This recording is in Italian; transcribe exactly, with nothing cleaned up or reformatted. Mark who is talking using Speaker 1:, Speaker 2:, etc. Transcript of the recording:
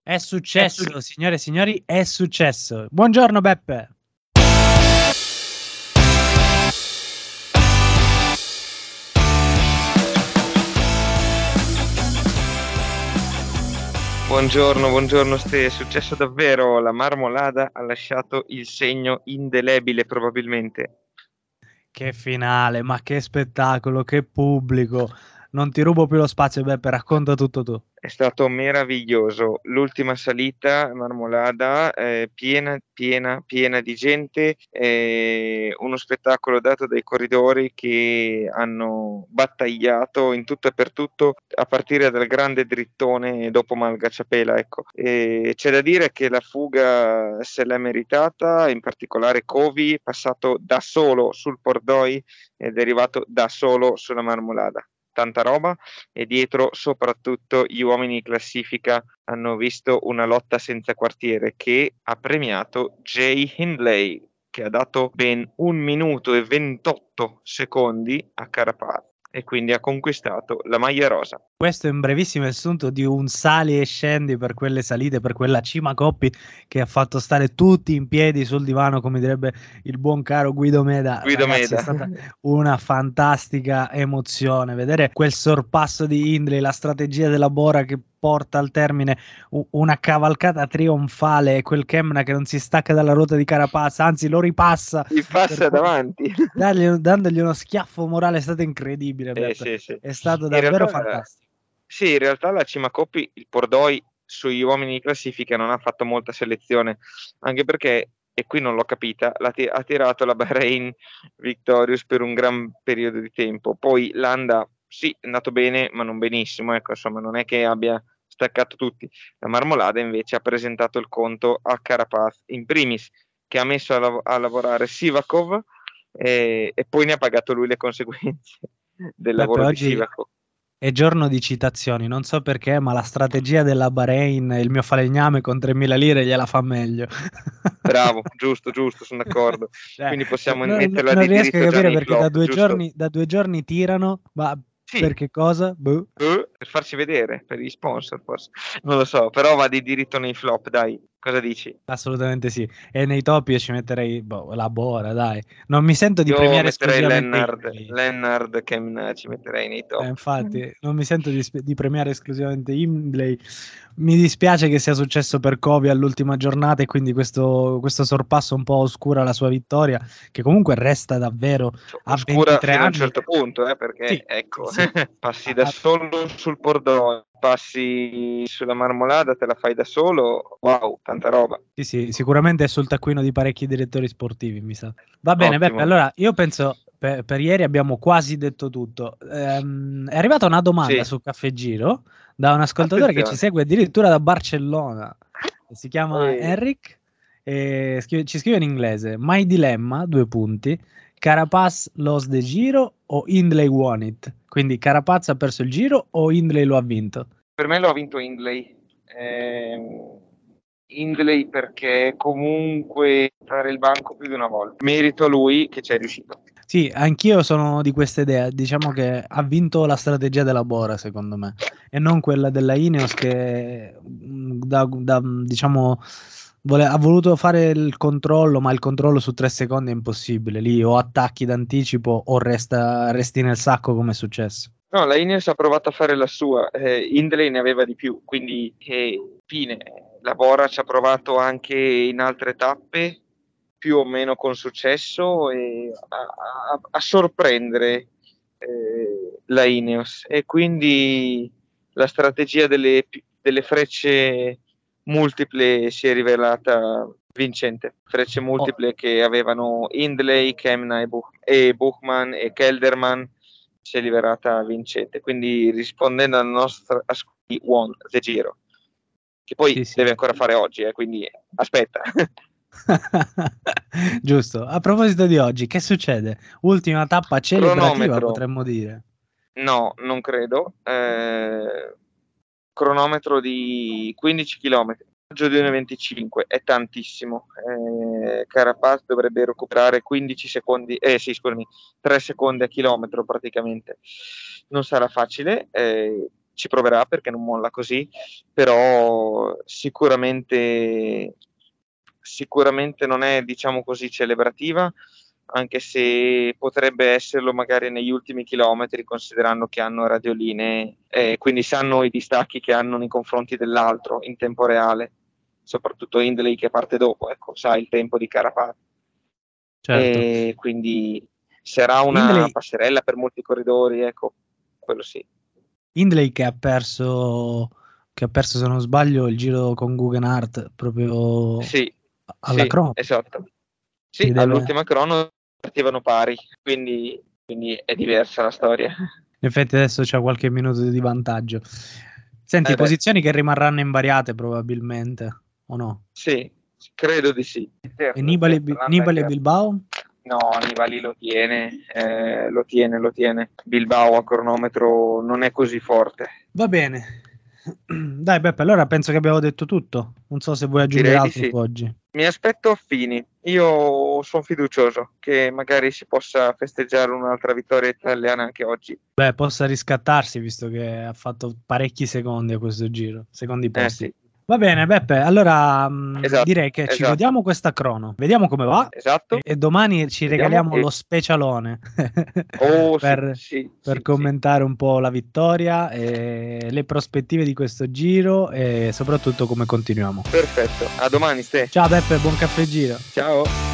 Speaker 1: È successo, signore e signori, è successo. Buongiorno Beppe.
Speaker 2: Buongiorno, buongiorno Ste, è successo davvero, la marmolada ha lasciato il segno indelebile probabilmente.
Speaker 1: Che finale, ma che spettacolo, che pubblico. Non ti rubo più lo spazio, Beppe, racconta tutto tu.
Speaker 2: È stato meraviglioso, l'ultima salita marmolada eh, piena, piena, piena di gente, eh, uno spettacolo dato dai corridori che hanno battagliato in tutto e per tutto a partire dal grande drittone dopo Malgacciapela, ecco. E c'è da dire che la fuga se l'è meritata, in particolare Covi, passato da solo sul Pordoi ed è arrivato da solo sulla marmolada. Tanta roba, e dietro soprattutto gli uomini in classifica hanno visto una lotta senza quartiere che ha premiato Jay Hindley, che ha dato ben un minuto e ventotto secondi a Carapaz e quindi ha conquistato la maglia rosa.
Speaker 1: Questo è un brevissimo assunto di un sali e scendi per quelle salite, per quella cima Coppi che ha fatto stare tutti in piedi sul divano, come direbbe il buon caro Guido Meda.
Speaker 2: Guido
Speaker 1: Ragazzi,
Speaker 2: Meda.
Speaker 1: è stata una fantastica emozione vedere quel sorpasso di Hindley, la strategia della Bora che porta al termine una cavalcata trionfale e quel Kemna che non si stacca dalla ruota di Carapaz, anzi lo ripassa,
Speaker 2: il passa davanti,
Speaker 1: dargli, dandogli uno schiaffo morale. È stato incredibile,
Speaker 2: eh,
Speaker 1: Beppe.
Speaker 2: sì, sì.
Speaker 1: È stato
Speaker 2: In
Speaker 1: davvero
Speaker 2: realtà,
Speaker 1: fantastico.
Speaker 2: Sì, in realtà la cima Coppi, il Pordoi sugli uomini di classifica non ha fatto molta selezione, anche perché, e qui non l'ho capita, l'ha ti- ha tirato la Bahrain Victorious per un gran periodo di tempo. Poi Landa, sì, è andato bene, ma non benissimo, ecco, insomma, non è che abbia staccato tutti. La Marmolada invece ha presentato il conto a Carapaz in primis, che ha messo a, lav- a lavorare Sivakov e, e poi ne ha pagato lui le conseguenze del
Speaker 1: Beppe,
Speaker 2: lavoro di
Speaker 1: oggi
Speaker 2: Sivakov.
Speaker 1: è giorno di citazioni, non so perché, ma la strategia della Bahrain, il mio falegname con tremila lire gliela fa meglio.
Speaker 2: Bravo, giusto, giusto, sono d'accordo.
Speaker 1: Cioè,
Speaker 2: Quindi possiamo
Speaker 1: no- no-
Speaker 2: metterla
Speaker 1: non
Speaker 2: di
Speaker 1: riesco a
Speaker 2: diritto già
Speaker 1: capire
Speaker 2: nei
Speaker 1: perché da
Speaker 2: flop,
Speaker 1: due
Speaker 2: giusto?
Speaker 1: giorni, da due giorni tirano, ma
Speaker 2: Sì,
Speaker 1: per che cosa? Boh.
Speaker 2: eh, per farci vedere, per gli sponsor forse. Non lo so, però va di diritto nei flop, dai. Cosa dici?
Speaker 1: Assolutamente sì. E nei top io ci metterei boh, la Bora, dai. Non mi sento di
Speaker 2: Io
Speaker 1: premiare
Speaker 2: metterei
Speaker 1: esclusivamente
Speaker 2: Lennard,
Speaker 1: Hindley.
Speaker 2: Lennard che ci metterei nei
Speaker 1: Eh,
Speaker 2: top.
Speaker 1: infatti, non mi sento di, di premiare esclusivamente Hindley. Mi dispiace che sia successo per Kobe all'ultima giornata e quindi questo, questo sorpasso un po' oscura la sua vittoria, che comunque resta davvero a
Speaker 2: Oscura
Speaker 1: ventitré
Speaker 2: fino a un
Speaker 1: anni.
Speaker 2: certo punto, eh, perché
Speaker 1: Sì, sì,
Speaker 2: ecco,
Speaker 1: sì.
Speaker 2: passi
Speaker 1: A-
Speaker 2: da
Speaker 1: a-
Speaker 2: solo sul Pordoi, passi sulla Marmolada, te la fai da solo, wow, tanta roba.
Speaker 1: sì, sì, sicuramente è sul taccuino di parecchi direttori sportivi, mi sa. Va bene, Beppe,
Speaker 2: Ottimo.
Speaker 1: allora io penso per, per ieri abbiamo quasi detto tutto. Ehm, è arrivata una domanda
Speaker 2: Sì,
Speaker 1: su Caffè Giro da un ascoltatore che ci
Speaker 2: attenzione.
Speaker 1: segue addirittura da Barcellona. Si chiama
Speaker 2: Poi,
Speaker 1: Enric e scrive- ci scrive in inglese: My dilemma, due punti. Carapaz lost the Giro o Hindley won it? Quindi Carapaz ha perso il Giro o Hindley lo ha vinto?
Speaker 2: per me lo ha vinto Hindley. Eh, Hindley perché comunque fare il banco più di una volta. Merito a lui che ci è riuscito.
Speaker 1: Sì, anch'io sono di questa idea. Diciamo che ha vinto la strategia della Bora, secondo me, e non quella della Ineos che mh, da, da, diciamo, vole- ha voluto fare il controllo, ma il controllo su tre secondi è impossibile. Lì o attacchi d'anticipo o resta- resti nel sacco come è successo.
Speaker 2: No, la Ineos ha provato a fare la sua, eh, Hindley ne aveva di più, quindi eh, fine. La Bora ci ha provato anche in altre tappe, più o meno con successo, e a, a- a sorprendere eh, la Ineos. E quindi la strategia delle, delle frecce multiple si è rivelata vincente. Frecce
Speaker 1: Oh,
Speaker 2: multiple che avevano Hindley, Kemna e, Buch- e Buchmann e Kelderman si è liberata vincente. Quindi rispondendo alla nostra he won the Giro, che poi
Speaker 1: sì, sì.
Speaker 2: deve ancora fare oggi, eh, quindi aspetta.
Speaker 1: Giusto. A proposito di oggi, che succede? Ultima tappa celebrativa,
Speaker 2: Cronometro,
Speaker 1: potremmo dire.
Speaker 2: no, non credo. Eh, cronometro di quindici chilometri. Maggio duemilaventicinque è tantissimo. Eh, Carapaz dovrebbe recuperare quindici secondi, eh sì, scusami, tre secondi a chilometro praticamente. Non sarà facile. Eh, ci proverà perché non molla così, però sicuramente sicuramente non è, diciamo così, celebrativa, anche se potrebbe esserlo magari negli ultimi chilometri, considerando che hanno radioline e quindi sanno i distacchi che hanno nei confronti dell'altro in tempo reale, soprattutto Hindley che parte dopo, ecco, sa il tempo di Carapaz.
Speaker 1: Certo.
Speaker 2: E quindi sarà una
Speaker 1: Hindley,
Speaker 2: passerella per molti corridori, ecco, quello sì.
Speaker 1: Hindley che ha perso, che ha perso, se non sbaglio, il giro con Guggenhardt proprio
Speaker 2: Sì,
Speaker 1: alla
Speaker 2: sì,
Speaker 1: crono.
Speaker 2: esatto. Sì,
Speaker 1: Si deve...
Speaker 2: all'ultima crono partivano pari, quindi, quindi è diversa la storia.
Speaker 1: In effetti adesso c'è qualche minuto di vantaggio. Senti,
Speaker 2: Eh beh,
Speaker 1: posizioni che rimarranno invariate probabilmente, o no?
Speaker 2: sì, credo di sì.
Speaker 1: E
Speaker 2: Certo,
Speaker 1: Nibali,
Speaker 2: certo,
Speaker 1: Nibali e
Speaker 2: l'Andaker-
Speaker 1: Bilbao?
Speaker 2: No, Nibali lo tiene, eh, lo tiene, lo tiene. Bilbao a cronometro non è così forte.
Speaker 1: Va bene. Dai Beppe, allora penso che abbiamo detto tutto. Non so se vuoi aggiungere
Speaker 2: Direi di
Speaker 1: altro
Speaker 2: sì.
Speaker 1: su oggi.
Speaker 2: Mi aspetto Affini. Io sono fiducioso che magari si possa festeggiare un'altra vittoria italiana anche oggi.
Speaker 1: Beh, possa riscattarsi visto che ha fatto parecchi secondi a questo giro, secondi
Speaker 2: Eh
Speaker 1: posti.
Speaker 2: sì,
Speaker 1: Va bene, Beppe, allora mh,
Speaker 2: esatto,
Speaker 1: direi che ci
Speaker 2: esatto,
Speaker 1: godiamo questa crono, vediamo come va
Speaker 2: esatto.
Speaker 1: e, e domani ci
Speaker 2: Vediamo
Speaker 1: regaliamo
Speaker 2: e...
Speaker 1: lo specialone
Speaker 2: Oh sì,
Speaker 1: per,
Speaker 2: sì,
Speaker 1: per
Speaker 2: sì, sì.
Speaker 1: commentare un po' la vittoria e le prospettive di questo giro e soprattutto come continuiamo.
Speaker 2: Perfetto. A domani, Ste.
Speaker 1: Ciao Beppe, buon caffè giro.
Speaker 2: Ciao.